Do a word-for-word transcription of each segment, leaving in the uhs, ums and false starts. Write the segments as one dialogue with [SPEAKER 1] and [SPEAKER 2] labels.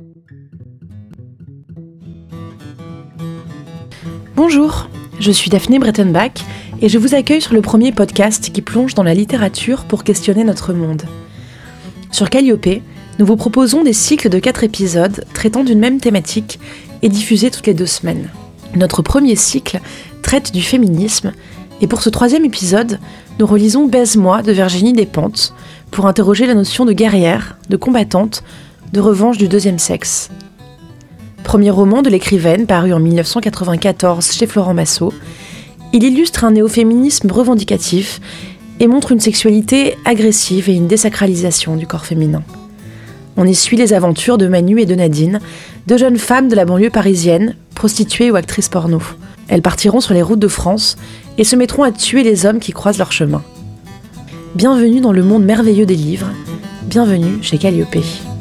[SPEAKER 1] Bonjour, je suis Daphné Brettenbach et je vous accueille sur le premier podcast qui plonge dans la littérature pour questionner notre monde. Sur Calliope, nous vous proposons des cycles de quatre épisodes traitant d'une même thématique et diffusés toutes les deux semaines. Notre premier cycle traite du féminisme et pour ce troisième épisode, nous relisons Baise-moi de Virginie Despentes pour interroger la notion de guerrière, de combattante, de revanche du deuxième sexe. Premier roman de l'écrivaine paru en dix-neuf cent quatre-vingt-quatorze chez Florent Massot, il illustre un néo-féminisme revendicatif et montre une sexualité agressive et une désacralisation du corps féminin. On y suit les aventures de Manu et de Nadine, deux jeunes femmes de la banlieue parisienne, prostituées ou actrices porno. Elles partiront sur les routes de France et se mettront à tuer les hommes qui croisent leur chemin. Bienvenue dans le monde merveilleux des livres, bienvenue chez Calliope.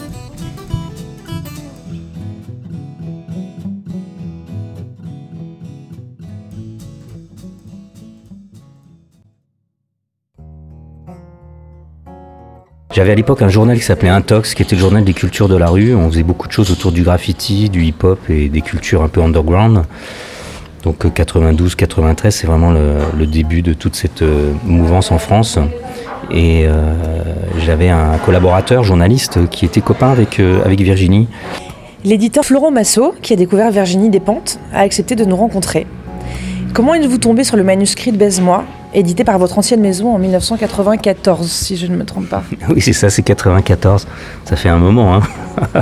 [SPEAKER 2] J'avais à l'époque un journal qui s'appelait Intox, qui était le journal des cultures de la rue. On faisait beaucoup de choses autour du graffiti, du hip-hop et des cultures un peu underground. Donc quatre-vingt-douze quatre-vingt-treize, c'est vraiment le, le début de toute cette euh, mouvance en France. Et euh, j'avais un collaborateur, journaliste, qui était copain avec, euh, avec Virginie.
[SPEAKER 1] L'éditeur Florent Massot, qui a découvert Virginie Despentes, a accepté de nous rencontrer. Comment êtes-vous tombé sur le manuscrit de Baise-moi, édité par votre ancienne maison en dix-neuf cent quatre-vingt-quatorze, si je ne me trompe pas?
[SPEAKER 2] Oui, c'est ça, c'est quatre-vingt-quatorze. Ça fait un moment, hein.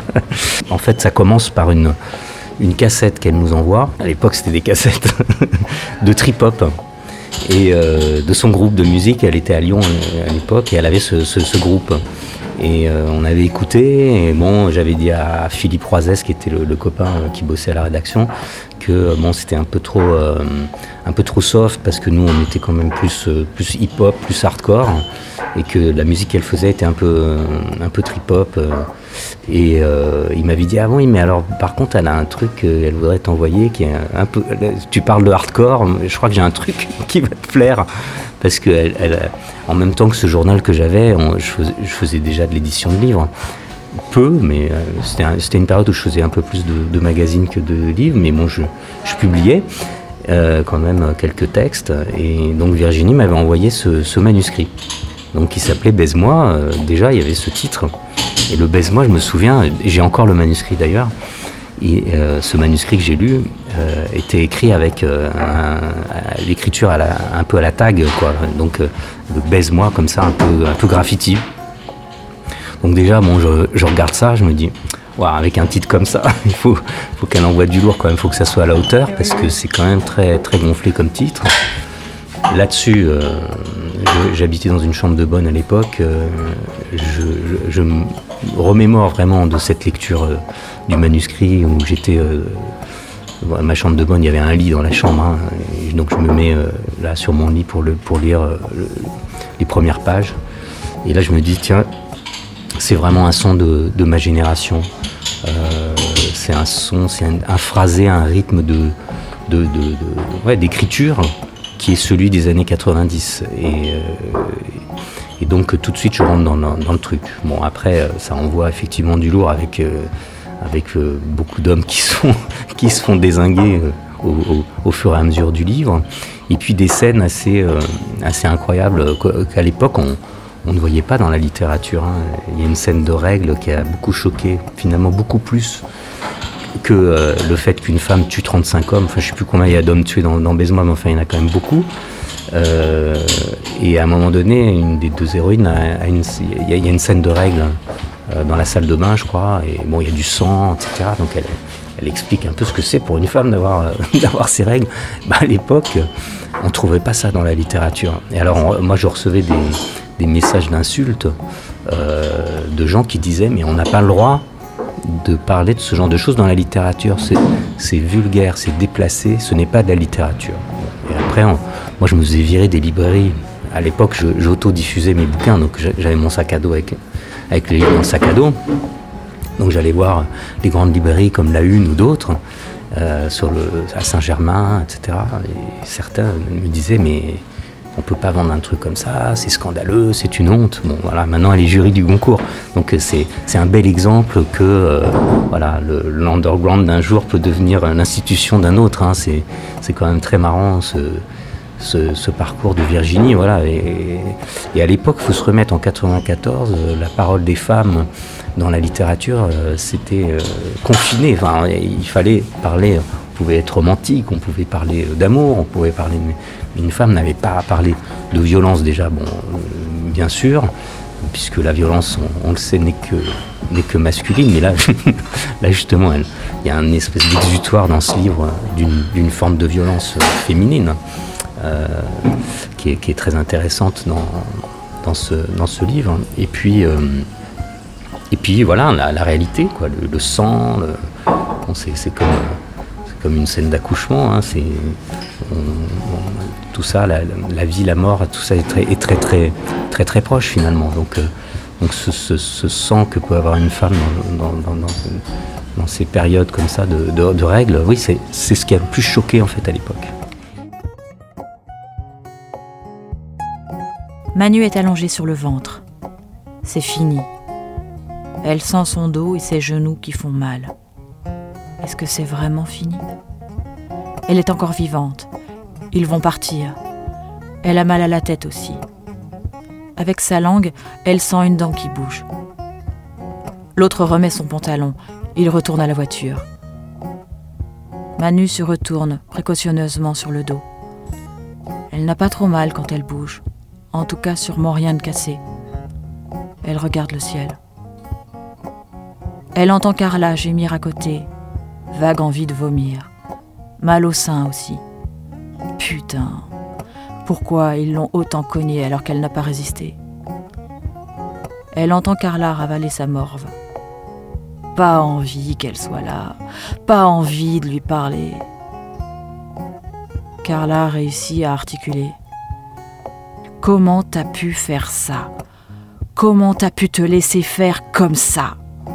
[SPEAKER 2] En fait, ça commence par une, une cassette qu'elle nous envoie. À l'époque, c'était des cassettes de trip-hop. Et euh, de son groupe de musique, elle était à Lyon à l'époque, et elle avait ce, ce, ce groupe. Et euh, on avait écouté, et bon, j'avais dit à Philippe Roisès, qui était le, le copain euh, qui bossait à la rédaction, que euh, bon, c'était un peu trop, euh, un peu trop soft, parce que nous, on était quand même plus, euh, plus hip-hop, plus hardcore, et que la musique qu'elle faisait était un peu, euh, un peu trip-hop. Euh, et euh, il m'avait dit, ah oui, mais alors, par contre, elle a un truc qu'elle voudrait t'envoyer, qui est un peu, tu parles de hardcore, je crois que j'ai un truc qui va te plaire. Parce que elle, elle, en même temps que ce journal que j'avais, on, je, faisais, je faisais déjà de l'édition de livres. Peu, mais euh, c'était, un, c'était une période où je faisais un peu plus de, de magazines que de livres. Mais bon, je, je publiais euh, quand même quelques textes. Et donc Virginie m'avait envoyé ce, ce manuscrit, donc qui s'appelait Baise-moi. Euh, déjà, il y avait ce titre. Et le Baise-moi, je me souviens, et j'ai encore le manuscrit d'ailleurs. Et euh, ce manuscrit que j'ai lu euh, était écrit avec euh, un, un, l'écriture à la, un peu à la tag, quoi. Donc euh, le Baise-moi comme ça, un peu, un peu graffiti. Donc déjà, bon, je, je regarde ça, je me dis, wow, avec un titre comme ça, il faut, faut qu'elle envoie du lourd quand même, il faut que ça soit à la hauteur, parce que c'est quand même très, très gonflé comme titre. Là-dessus, euh, je, j'habitais dans une chambre de bonne à l'époque. Euh, je, je, je me remémore vraiment de cette lecture euh, du manuscrit où j'étais... Euh, à ma chambre de bonne, il y avait un lit dans la chambre. Hein, et donc je me mets euh, là sur mon lit pour, le, pour lire euh, le, les premières pages. Et là, je me dis, tiens, c'est vraiment un son de, de ma génération. Euh, c'est un son, c'est un, un phrasé, un rythme de, de, de, de, ouais, d'écriture qui est celui des années quatre-vingt-dix. Et, euh, et donc tout de suite je rentre dans, dans, dans le truc. Bon, après ça envoie effectivement du lourd avec, euh, avec euh, beaucoup d'hommes qui, sont, qui se font dézinguer euh, au, au, au fur et à mesure du livre. Et puis des scènes assez, euh, assez incroyables qu'à l'époque on, on ne voyait pas dans la littérature. Hein. Il y a une scène de règles qui a beaucoup choqué, finalement beaucoup plus que euh, le fait qu'une femme tue trente-cinq hommes. Enfin, je ne sais plus combien il y a d'hommes tués dans, dans Baise-moi, mais enfin, il y en a quand même beaucoup. Euh, et à un moment donné, une des deux héroïnes, a, a une, il, y a, il y a une scène de règles euh, dans la salle de bain, je crois, et bon, il y a du sang, et cetera. Donc elle, elle explique un peu ce que c'est pour une femme d'avoir, euh, d'avoir ces règles. Bah, à l'époque, on ne trouvait pas ça dans la littérature. Et alors, on, moi, je recevais des, des messages d'insultes euh, de gens qui disaient « mais on n'a pas le droit de parler de ce genre de choses dans la littérature, c'est, c'est vulgaire, c'est déplacé, ce n'est pas de la littérature. » Et après, on, moi je me faisais virer des librairies. À l'époque, je, j'auto-diffusais mes bouquins, donc j'avais mon sac à dos avec, avec les livres dans le sac à dos. Donc j'allais voir des grandes librairies comme La Une ou d'autres, euh, sur le, à Saint-Germain, et cetera. Et certains me disaient, mais on peut pas vendre un truc comme ça, c'est scandaleux, c'est une honte. Bon, voilà, maintenant elle est jury du Goncourt. Donc c'est, c'est un bel exemple que euh, voilà, le, l'underground d'un jour peut devenir l'institution d'un autre. Hein. C'est, c'est quand même très marrant ce, ce, ce parcours de Virginie. Voilà. Et, et à l'époque, il faut se remettre en quatre-vingt-quatorze, la parole des femmes dans la littérature, euh, c'était euh, confiné. Enfin, il fallait parler, on pouvait être romantique, on pouvait parler d'amour, on pouvait parler... De, une femme n'avait pas à parler de violence déjà, bon, euh, bien sûr, puisque la violence, on, on le sait, n'est que, n'est que masculine. Mais là, là justement, elle, il y a une espèce d'exutoire dans ce livre d'une, d'une forme de violence féminine euh, qui, est, qui est très intéressante dans, dans, ce, dans ce livre. Et puis... Euh, Et puis voilà, la, la réalité, quoi, le, le sang, le, bon, c'est, c'est, comme, c'est comme une scène d'accouchement, hein, c'est, on, on, tout ça, la, la vie, la mort, tout ça est très, est très, très, très, très proche finalement. Donc, euh, donc ce, ce, ce sang que peut avoir une femme dans, dans, dans, dans, dans ces périodes comme ça de, de, de règles, oui, c'est, c'est ce qui a le plus choqué en fait à l'époque.
[SPEAKER 3] Manu est allongée sur le ventre. C'est fini. Elle sent son dos et ses genoux qui font mal. Est-ce que c'est vraiment fini ? Elle est encore vivante. Ils vont partir. Elle a mal à la tête aussi. Avec sa langue, elle sent une dent qui bouge. L'autre remet son pantalon. Il retourne à la voiture. Manu se retourne précautionneusement sur le dos. Elle n'a pas trop mal quand elle bouge. En tout cas, sûrement rien de cassé. Elle regarde le ciel. Elle entend Carla gémir à côté, vague envie de vomir, mal au sein aussi. Putain, pourquoi ils l'ont autant cognée alors qu'elle n'a pas résisté ? Elle entend Carla ravaler sa morve. Pas envie qu'elle soit là, pas envie de lui parler. Carla réussit à articuler. Comment t'as pu faire ça ? Comment t'as pu te laisser faire comme ça ?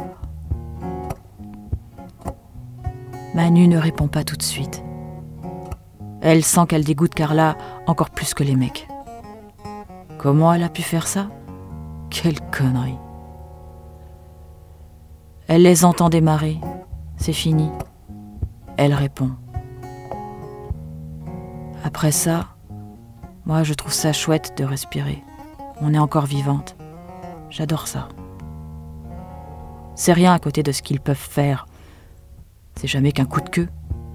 [SPEAKER 3] Manu ne répond pas tout de suite. Elle sent qu'elle dégoûte Carla encore plus que les mecs. Comment elle a pu faire ça ? Quelle connerie. Elle les entend démarrer. C'est fini. Elle répond. Après ça, moi je trouve ça chouette de respirer. On est encore vivante. J'adore ça. C'est rien à côté de ce qu'ils peuvent faire. C'est jamais qu'un coup de queue.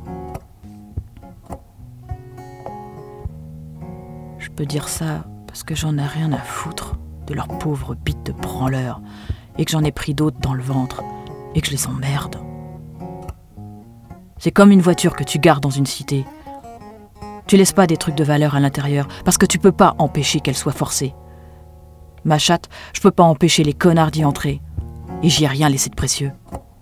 [SPEAKER 3] Je peux dire ça parce que j'en ai rien à foutre de leurs pauvres bites de branleurs et que j'en ai pris d'autres dans le ventre et que je les emmerde. C'est comme une voiture que tu gares dans une cité. Tu laisses pas des trucs de valeur à l'intérieur parce que tu peux pas empêcher qu'elle soit forcée. Ma chatte, je peux pas empêcher les connards d'y entrer. Et j'y ai rien laissé de précieux.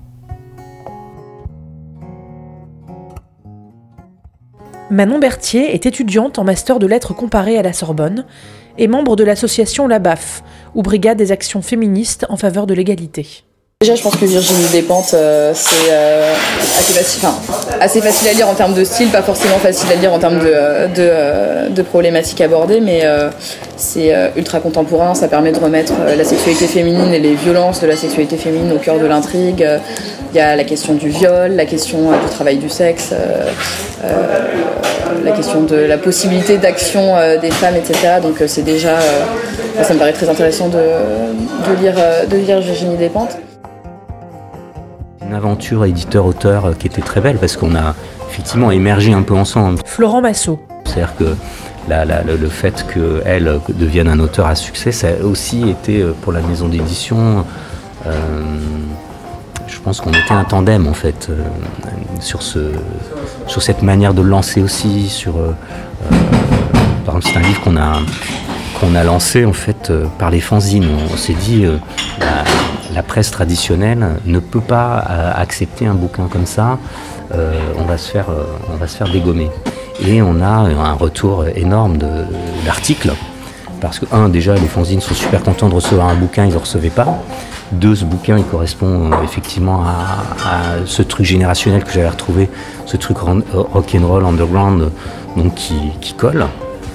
[SPEAKER 1] Manon Berthier est étudiante en master de lettres comparées à la Sorbonne et membre de l'association La B A F, ou Brigade des actions féministes en faveur de l'égalité.
[SPEAKER 4] Déjà, je pense que Virginie Despentes, euh, c'est euh, assez, facile, enfin, assez facile à lire en termes de style, pas forcément facile à lire en termes de, de, de problématiques abordées, mais euh, c'est euh, ultra contemporain, ça permet de remettre euh, la sexualité féminine et les violences de la sexualité féminine au cœur de l'intrigue. Il y a la question du viol, la question euh, du travail du sexe, euh, euh, la question de la possibilité d'action euh, des femmes, et cetera. Donc euh, c'est déjà, euh, ça me paraît très intéressant de, de, lire, euh, de lire Virginie Despentes.
[SPEAKER 2] Une aventure éditeur-auteur qui était très belle parce qu'on a effectivement émergé un peu ensemble.
[SPEAKER 1] Florent Massot.
[SPEAKER 2] C'est-à-dire que la, la, le, le fait qu'elle devienne un auteur à succès, ça a aussi été pour la maison d'édition, euh, je pense qu'on était un tandem en fait, euh, sur, ce, sur cette manière de le lancer aussi. Sur, euh, euh, par exemple, c'est un livre qu'on a, qu'on a lancé en fait euh, par les fanzines. On, on s'est dit... Euh, la, La presse traditionnelle ne peut pas euh, accepter un bouquin comme ça, euh, on va se faire, euh, on va se faire dégommer. Et on a un retour énorme de, d'articles, parce que, un, déjà, les fanzines sont super contents de recevoir un bouquin, ils n'en recevaient pas. Deux, ce bouquin, il correspond euh, effectivement à, à ce truc générationnel que j'avais retrouvé, ce truc rock'n'roll underground, donc qui, qui colle.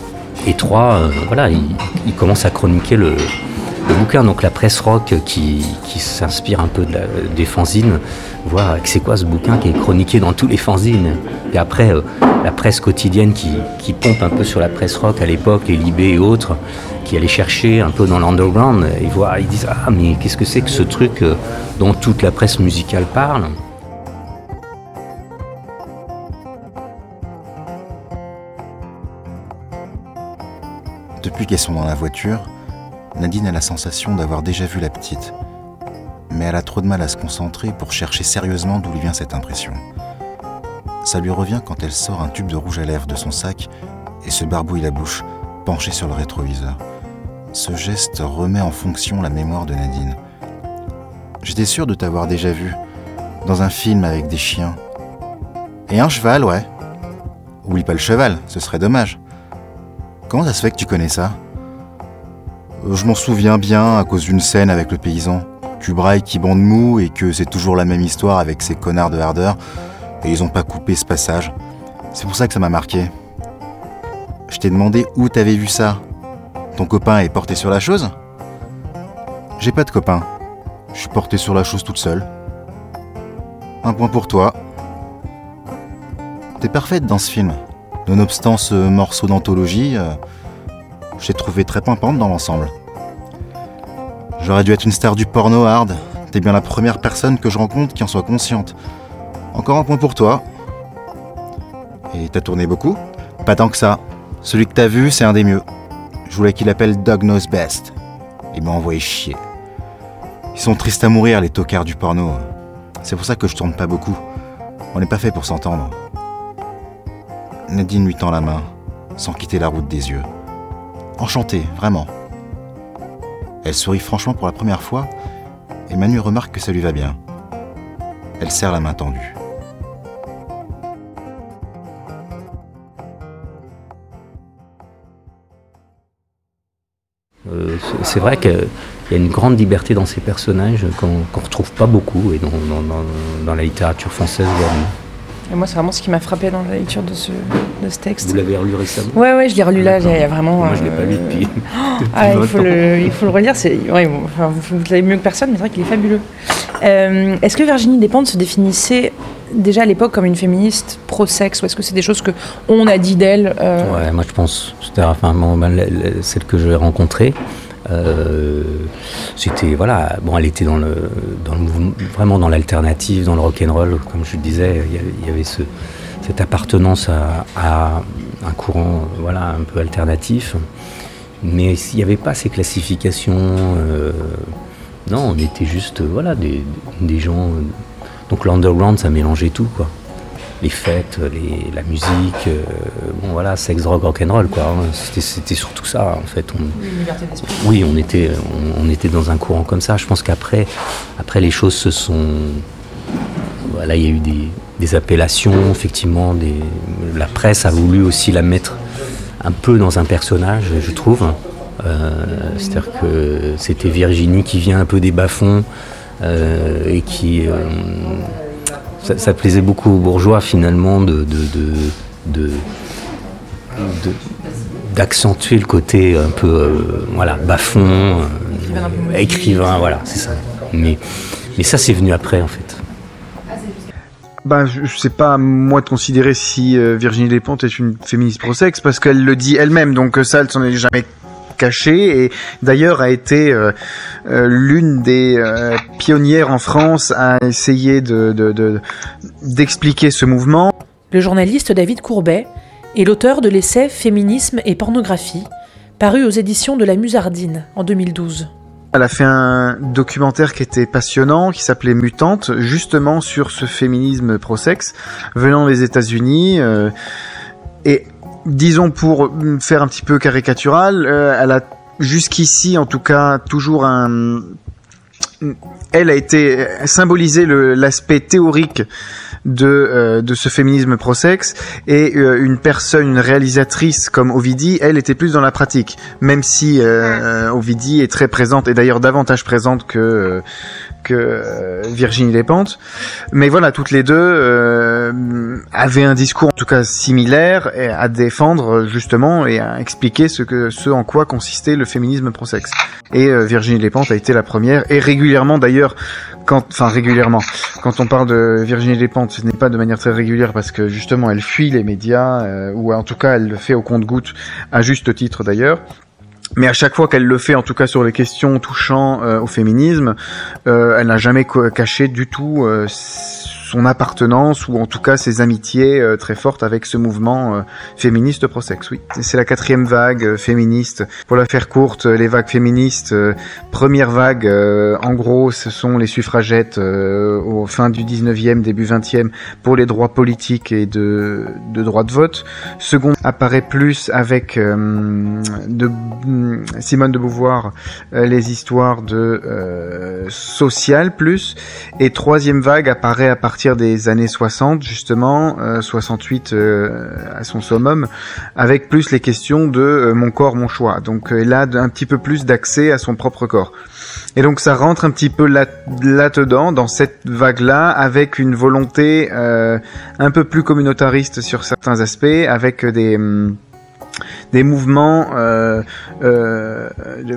[SPEAKER 2] et trois, euh, voilà, il, il commence à chroniquer le, le bouquin. Donc la presse rock qui, qui s'inspire un peu de la, des fanzines, voit que c'est quoi ce bouquin qui est chroniqué dans tous les fanzines. Et après, euh, la presse quotidienne qui, qui pompe un peu sur la presse rock à l'époque, les Libé et autres, qui allaient chercher un peu dans l'underground, ils, voient, ils disent « Ah, mais qu'est-ce que c'est que ce truc euh, dont toute la presse musicale parle ?»
[SPEAKER 5] Depuis qu'elles sont dans la voiture, Nadine a la sensation d'avoir déjà vu la petite. Mais elle a trop de mal à se concentrer pour chercher sérieusement d'où lui vient cette impression. Ça lui revient quand elle sort un tube de rouge à lèvres de son sac et se barbouille la bouche, penchée sur le rétroviseur. Ce geste remet en fonction la mémoire de Nadine. J'étais sûr de t'avoir déjà vu, dans un film avec des chiens. Et un cheval, ouais. Oublie pas le cheval, ce serait dommage. Comment ça se fait que tu connais ça ? Je m'en souviens bien à cause d'une scène avec le paysan. Tu brailles qui bande mou et que c'est toujours la même histoire avec ces connards de hardeur. Et ils ont pas coupé ce passage. C'est pour ça que ça m'a marqué. Je t'ai demandé où t'avais vu ça. Ton copain est porté sur la chose ? J'ai pas de copain. Je suis porté sur la chose toute seule. Un point pour toi. T'es parfaite dans ce film. Nonobstant ce morceau d'anthologie, euh, je t'ai trouvé très pimpante dans l'ensemble. J'aurais dû être une star du porno hard. T'es bien la première personne que je rencontre qui en soit consciente. Encore un point pour toi. Et t'as tourné beaucoup ? Pas tant que ça. Celui que t'as vu, c'est un des mieux. Je voulais qu'il appelle Dog Knows Best. Il m'a envoyé chier. Ils sont tristes à mourir, les tocards du porno. C'est pour ça que je tourne pas beaucoup. On n'est pas fait pour s'entendre. Nadine lui tend la main, sans quitter la route des yeux. Enchantée, vraiment. Elle sourit franchement pour la première fois, et Manu remarque que ça lui va bien. Elle serre la main tendue.
[SPEAKER 2] Euh, c'est vrai qu'il y a une grande liberté dans ces personnages qu'on ne retrouve pas beaucoup et dans, dans, dans, dans la littérature française aujourd'hui.
[SPEAKER 1] Et moi, c'est vraiment ce qui m'a frappé dans la lecture de ce, de ce texte.
[SPEAKER 2] Vous l'avez relu récemment ?
[SPEAKER 1] Ouais, ouais, je l'ai relu là, il y a vraiment...
[SPEAKER 2] Moi, je ne l'ai
[SPEAKER 1] euh,
[SPEAKER 2] pas lu depuis, depuis
[SPEAKER 1] ah, il, faut le, il faut le relire, c'est, ouais, enfin, vous, vous l'avez mieux que personne, mais c'est vrai qu'il est fabuleux. Euh, est-ce que Virginie Despentes se définissait déjà à l'époque comme une féministe pro-sexe, ou est-ce que c'est des choses qu'on a dit d'elle euh...
[SPEAKER 2] Ouais, moi je pense, c'était enfin, bon, ben, celle que j'ai rencontrée, euh, c'était, voilà, bon, elle était dans le, dans le mouvement, vraiment dans l'alternative, dans le rock'n'roll, comme je le disais, il y avait, il y avait ce, cette appartenance à, à un courant, voilà, un peu alternatif, mais il n'y avait pas ces classifications, euh, non, on était juste, voilà, des, des gens, donc l'underground, ça mélangeait tout, quoi. Les fêtes, les, la musique, euh, bon voilà, sexe, drogue, rock'n'roll, quoi. Hein. C'était, c'était surtout ça, en fait. On,
[SPEAKER 1] Une liberté d'esprit.
[SPEAKER 2] Oui, on était, on, on était dans un courant comme ça. Je pense qu'après, après les choses se sont, voilà, il y a eu des, des appellations, effectivement, des, la presse a voulu aussi la mettre un peu dans un personnage, je trouve. Euh, c'est-à-dire que c'était Virginie qui vient un peu des bas-fonds euh, et qui euh, Ça, ça plaisait beaucoup aux bourgeois, finalement, de, de, de, de, de, d'accentuer le côté un peu, euh, voilà, bas-fond, euh, écrivain, écrivain, voilà, c'est ça. Mais, mais ça, c'est venu après, en fait.
[SPEAKER 6] Ben, je, je sais pas, moi, de considérer si euh, Virginie Despentes est une féministe pro-sexe, parce qu'elle le dit elle-même, donc ça, elle s'en est jamais cachée, et d'ailleurs a été euh, euh, l'une des euh, pionnières en France à essayer de, de, de, d'expliquer ce mouvement.
[SPEAKER 1] Le journaliste David Courbet est l'auteur de l'essai Féminisme et pornographie, paru aux éditions de la Musardine en deux mille douze.
[SPEAKER 6] Elle a fait un documentaire qui était passionnant, qui s'appelait Mutante, justement sur ce féminisme pro-sexe, venant des États-Unis, euh, et disons, pour faire un petit peu caricatural, euh, elle a jusqu'ici, en tout cas, toujours un... Elle a été symbolisé le, l'aspect théorique de euh, de ce féminisme pro-sexe, et euh, une personne, une réalisatrice comme Ovidie, elle était plus dans la pratique, même si euh, Ovidie est très présente, et d'ailleurs davantage présente que euh, que euh, Virginie Despentes. Mais voilà, toutes les deux euh, avaient un discours en tout cas similaire à défendre justement et à expliquer ce que ce en quoi consistait le féminisme pro-sexe. Et euh, Virginie Despentes a été la première, et régulièrement d'ailleurs, quand, enfin régulièrement, quand on parle de Virginie Despentes, ce n'est pas de manière très régulière parce que justement elle fuit les médias, euh, ou en tout cas elle le fait au compte-gouttes, à juste titre d'ailleurs. Mais à chaque fois qu'elle le fait, en tout cas sur les questions touchant euh, au féminisme, euh, elle n'a jamais co- caché du tout euh, son appartenance, ou en tout cas ses amitiés euh, très fortes avec ce mouvement euh, féministe pro-sexe, oui. C'est la quatrième vague euh, féministe. Pour la faire courte, les vagues féministes, euh, première vague, euh, en gros, ce sont les suffragettes euh, au fin du dix-neuvième, début vingtième, pour les droits politiques et de, de droit de vote. Seconde apparaît plus avec euh, de, Simone de Beauvoir, euh, les histoires de euh, sociales plus. Et troisième vague apparaît à partir des années soixante, justement, euh, soixante-huit euh, à son summum, avec plus les questions de euh, mon corps, mon choix. Donc euh, là, un petit peu plus d'accès à son propre corps. Et donc ça rentre un petit peu là, là-dedans, dans cette vague-là, avec une volonté euh, un peu plus communautariste sur certains aspects, avec des... Hum, des mouvements euh, euh,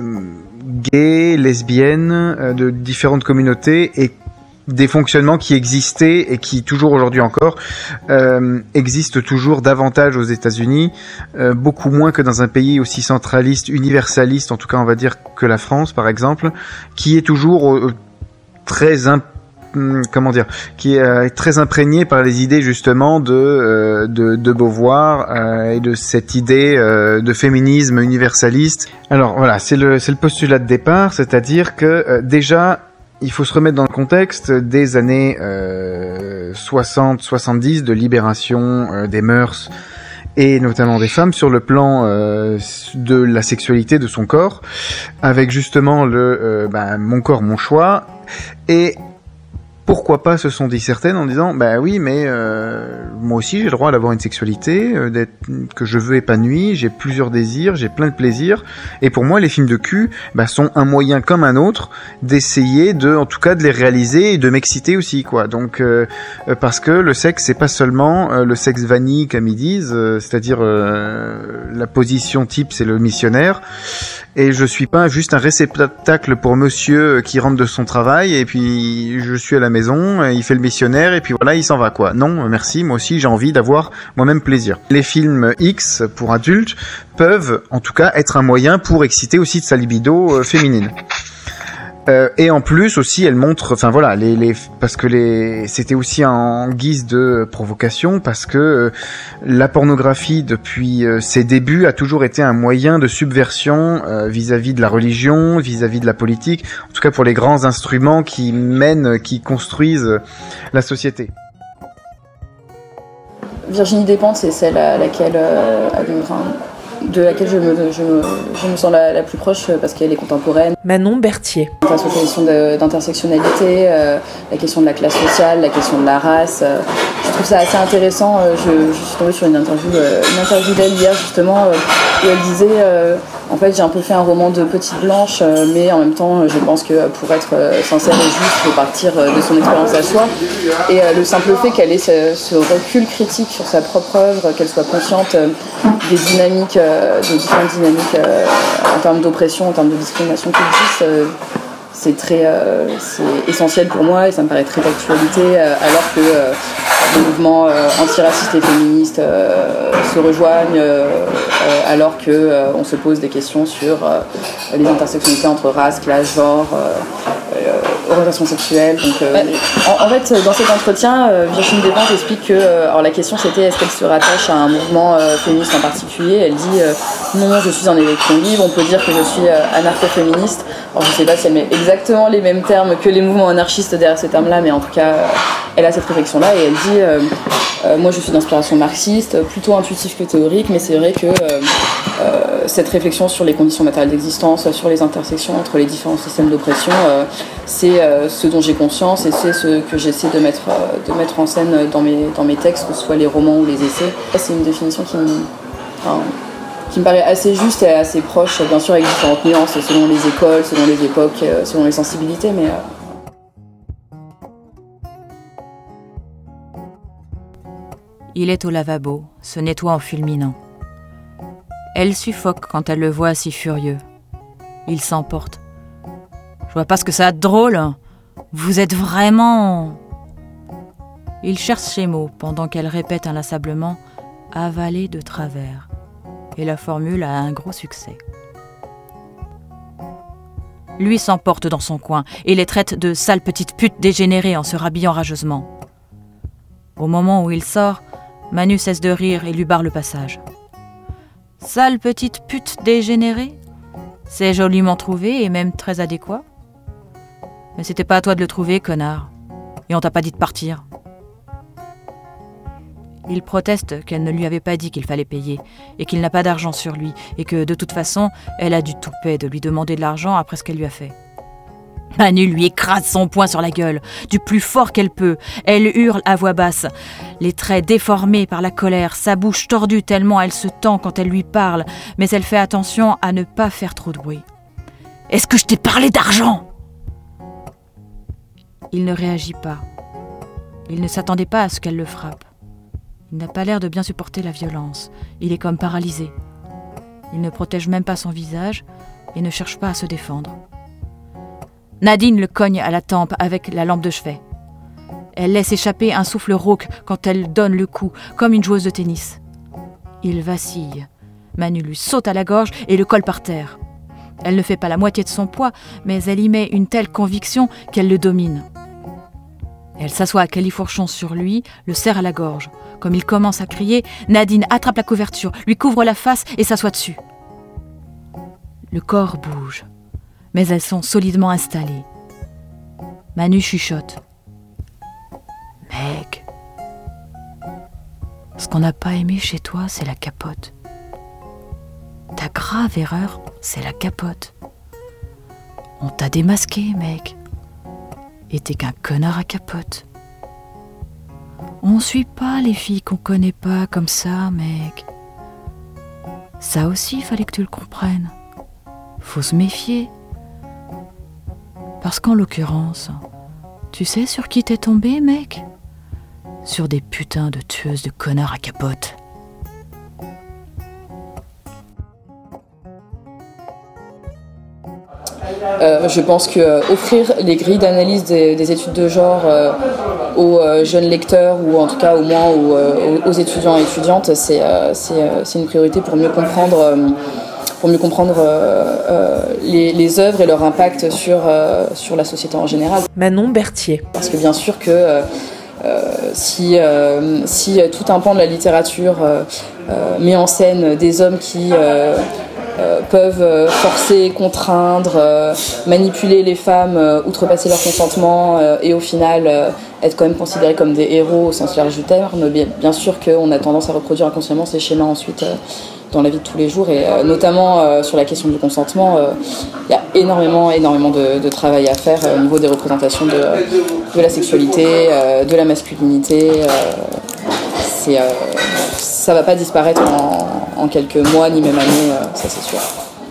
[SPEAKER 6] gays, lesbiennes, euh, de différentes communautés, et des fonctionnements qui existaient et qui, toujours aujourd'hui encore, euh, existent toujours davantage aux États-Unis, euh, beaucoup moins que dans un pays aussi centraliste, universaliste, en tout cas on va dire que la France par exemple, qui est toujours euh, très imp- comment dire, qui est euh, très imprégné par les idées justement de euh, de, de Beauvoir euh, et de cette idée euh, de féminisme universaliste. Alors voilà, c'est le c'est le postulat de départ, c'est-à-dire que euh, déjà il faut se remettre dans le contexte des années euh, soixante soixante-dix, de libération euh, des mœurs et notamment des femmes sur le plan euh, de la sexualité de son corps, avec justement le euh, bah, mon corps, mon choix. Et pourquoi pas se sont dit certaines en disant bah oui mais euh, moi aussi j'ai le droit d'avoir une sexualité, euh, d'être, que je veux épanouie, j'ai plusieurs désirs, j'ai plein de plaisirs, et pour moi les films de cul bah, sont un moyen comme un autre d'essayer de, en tout cas de les réaliser et de m'exciter aussi quoi. Donc euh, parce que le sexe c'est pas seulement euh, le sexe vanille comme ils disent, euh, c'est-à-dire euh, la position type c'est le missionnaire. Et je suis pas juste un réceptacle pour monsieur qui rentre de son travail et puis je suis à la maison, il fait le missionnaire et puis voilà, il s'en va quoi. Non, merci, moi aussi j'ai envie d'avoir moi-même plaisir. Les films X pour adultes peuvent en tout cas être un moyen pour exciter aussi de sa libido euh, féminine. Euh, et en plus aussi, elle montre, enfin voilà, les, les, parce que les, c'était aussi en guise de provocation, parce que euh, la pornographie depuis euh, ses débuts a toujours été un moyen de subversion euh, vis-à-vis de la religion, vis-à-vis de la politique, en tout cas pour les grands instruments qui mènent, qui construisent la société.
[SPEAKER 4] Virginie Despentes, c'est celle à laquelle, euh, enfin, de laquelle je me, je me, je me sens la, la plus proche parce qu'elle est contemporaine.
[SPEAKER 1] Manon Berthier.
[SPEAKER 4] Face aux questions de, d'intersectionnalité, euh, la question de la classe sociale, la question de la race. Euh, je trouve ça assez intéressant. Euh, je, je suis tombée sur une interview, euh, une interview d'elle hier justement euh, où elle disait euh, en fait j'ai un peu fait un roman de petite blanche, euh, mais en même temps je pense que pour être euh, sincère et juste, il faut partir euh, de son expérience à soi. Et euh, le simple fait qu'elle ait ce, ce recul critique sur sa propre œuvre, qu'elle soit consciente euh, des dynamiques, euh, des différentes dynamiques euh, en termes d'oppression, en termes de discrimination qui existent, euh, c'est très, euh, c'est essentiel pour moi et ça me paraît très d'actualité, euh, alors que euh, les mouvements euh, antiracistes et féministes euh, se rejoignent, euh, euh, alors que euh, on se pose des questions sur euh, les intersectionnalités entre race, classe, genre, euh, euh, orientation sexuelle. Donc, euh, en, en fait, dans cet entretien, euh, Virginie Despentes explique que, euh, alors la question c'était est-ce qu'elle se rattache à un mouvement euh, féministe en particulier. Elle dit euh, non, je suis un électron libre. On peut dire que je suis euh, anarcho-féministe. Alors, je ne sais pas si elle met exactement les mêmes termes que les mouvements anarchistes derrière ces termes-là, mais en tout cas, euh, elle a cette réflexion-là et elle dit euh, euh, moi je suis d'inspiration marxiste, plutôt intuitif que théorique, mais c'est vrai que euh, euh, cette réflexion sur les conditions matérielles d'existence, sur les intersections entre les différents systèmes d'oppression, euh, c'est euh, ce dont j'ai conscience et c'est ce que j'essaie de mettre, euh, de mettre en scène dans mes, dans mes textes, que ce soit les romans ou les essais. C'est une définition qui me, enfin, qui me paraît assez juste et assez proche, bien sûr avec différentes nuances selon les écoles, selon les époques, selon les sensibilités, mais... Euh
[SPEAKER 3] Il est au lavabo, se nettoie en fulminant. Elle suffoque quand elle le voit si furieux. Il s'emporte. « Je vois pas ce que ça a de drôle. Vous êtes vraiment... » Il cherche ses mots pendant qu'elle répète inlassablement « avaler de travers ». Et la formule a un gros succès. Lui s'emporte dans son coin et les traite de « sale petite pute dégénérée » en se rhabillant rageusement. Au moment où il sort, Manu cesse de rire et lui barre le passage. « Sale petite pute dégénérée ?» C'est joliment trouvé et même très adéquat. Mais c'était pas à toi de le trouver, connard. Et on t'a pas dit de partir. Il proteste qu'elle ne lui avait pas dit qu'il fallait payer et qu'il n'a pas d'argent sur lui et que, de toute façon, elle a du toupet de lui demander de l'argent après ce qu'elle lui a fait. Manu lui écrase son poing sur la gueule, du plus fort qu'elle peut. Elle hurle à voix basse, les traits déformés par la colère, sa bouche tordue tellement elle se tend quand elle lui parle, mais elle fait attention à ne pas faire trop de bruit. « Est-ce que je t'ai parlé d'argent ?» Il ne réagit pas. Il ne s'attendait pas à ce qu'elle le frappe. Il n'a pas l'air de bien supporter la violence. Il est comme paralysé. Il ne protège même pas son visage et ne cherche pas à se défendre. Nadine le cogne à la tempe avec la lampe de chevet. Elle laisse échapper un souffle rauque quand elle donne le coup, comme une joueuse de tennis. Il vacille. Manu lui saute à la gorge et le colle par terre. Elle ne fait pas la moitié de son poids, mais elle y met une telle conviction qu'elle le domine. Elle s'assoit à califourchon sur lui, le serre à la gorge. Comme il commence à crier, Nadine attrape la couverture, lui couvre la face et s'assoit dessus. Le corps bouge, mais elles sont solidement installées. Manu chuchote. « Mec, ce qu'on n'a pas aimé chez toi, c'est la capote. Ta grave erreur, c'est la capote. On t'a démasqué, mec. Et t'es qu'un connard à capote. On suit pas les filles qu'on connaît pas comme ça, mec. Ça aussi, fallait que tu le comprennes. Faut se méfier. Parce qu'en l'occurrence, tu sais sur qui t'es tombé, mec ? Sur des putains de tueuses de connards à capote. »
[SPEAKER 4] Euh, je pense que euh, offrir les grilles d'analyse des, des études de genre euh, aux euh, jeunes lecteurs ou en tout cas au moins aux, euh, aux étudiants et étudiantes, c'est, euh, c'est, euh, c'est une priorité pour mieux comprendre, euh, pour mieux comprendre euh, euh, les, les œuvres et leur impact sur, euh, sur la société en général.
[SPEAKER 1] Manon Berthier.
[SPEAKER 4] Parce que bien sûr que euh, euh, si, euh, si tout un pan de la littérature euh, euh, met en scène des hommes qui... Euh, Euh, peuvent euh, forcer, contraindre, euh, manipuler les femmes, euh, outrepasser leur consentement euh, et au final euh, être quand même considérés comme des héros au sens large du terme. Bien, bien sûr qu'on a tendance à reproduire inconsciemment ces schémas ensuite euh, dans la vie de tous les jours et euh, notamment euh, sur la question du consentement, il euh, y a énormément, énormément de, de travail à faire euh, au niveau des représentations de, de la sexualité, euh, de la masculinité. Euh, c'est, euh, ça ne va pas disparaître en, en quelques mois ni même années, euh, ça c'est sûr.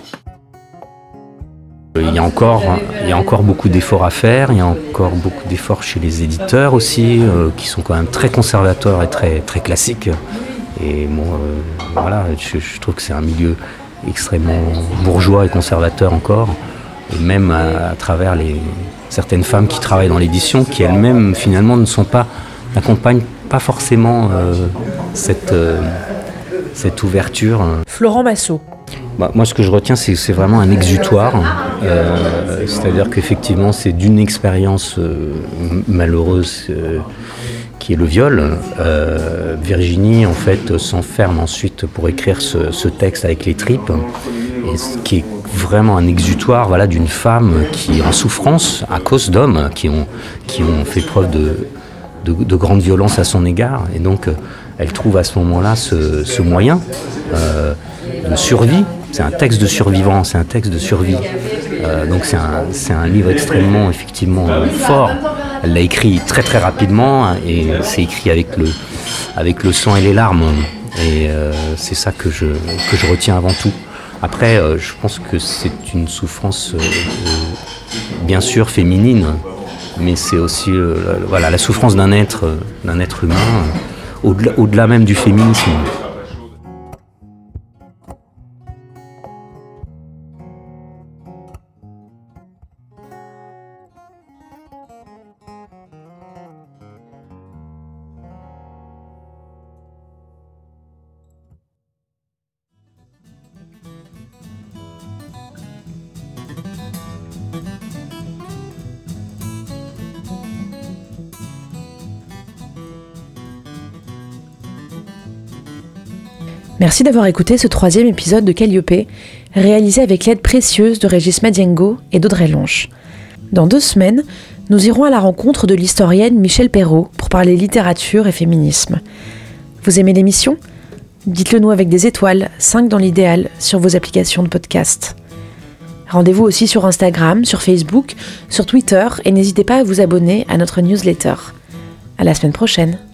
[SPEAKER 2] Il y a encore, il y a encore beaucoup d'efforts à faire, il y a encore beaucoup d'efforts chez les éditeurs aussi, euh, qui sont quand même très conservateurs et très, très classiques. Et bon, euh, voilà, je, je trouve que c'est un milieu extrêmement bourgeois et conservateur encore, et même à, à travers les, certaines femmes qui travaillent dans l'édition, qui elles-mêmes finalement ne sont pas, n'accompagnent pas forcément euh, cette, euh, cette ouverture.
[SPEAKER 1] Florent Massot.
[SPEAKER 2] Bah, moi, ce que je retiens, c'est, c'est vraiment un exutoire. Euh, c'est-à-dire qu'effectivement, c'est d'une expérience euh, malheureuse euh, qui est le viol. Euh, Virginie, en fait, s'enferme ensuite pour écrire ce, ce texte avec les tripes, et ce qui est vraiment un exutoire, voilà, d'une femme qui est en souffrance à cause d'hommes qui ont, qui ont fait preuve de, de, de grande violence à son égard. Et donc, elle trouve à ce moment-là ce, ce moyen euh, de survie. C'est un texte de survivant, c'est un texte de survie. Euh, donc c'est un, c'est un livre extrêmement, effectivement, euh, fort. Elle l'a écrit très très rapidement, hein, et c'est écrit avec le, avec le sang et les larmes. Et euh, c'est ça que je, que je retiens avant tout. Après, euh, je pense que c'est une souffrance, euh, euh, bien sûr, féminine, mais c'est aussi euh, la, voilà, la souffrance d'un être, d'un être humain. au-delà, au-delà même du féminisme.
[SPEAKER 1] Merci d'avoir écouté ce troisième épisode de Calliope, réalisé avec l'aide précieuse de Régis Madiengo et d'Audrey Lonche. Dans deux semaines, nous irons à la rencontre de l'historienne Michèle Perrault pour parler littérature et féminisme. Vous aimez l'émission ? Dites-le nous avec des étoiles, cinq dans l'idéal, sur vos applications de podcast. Rendez-vous aussi sur Instagram, sur Facebook, sur Twitter et n'hésitez pas à vous abonner à notre newsletter. À la semaine prochaine.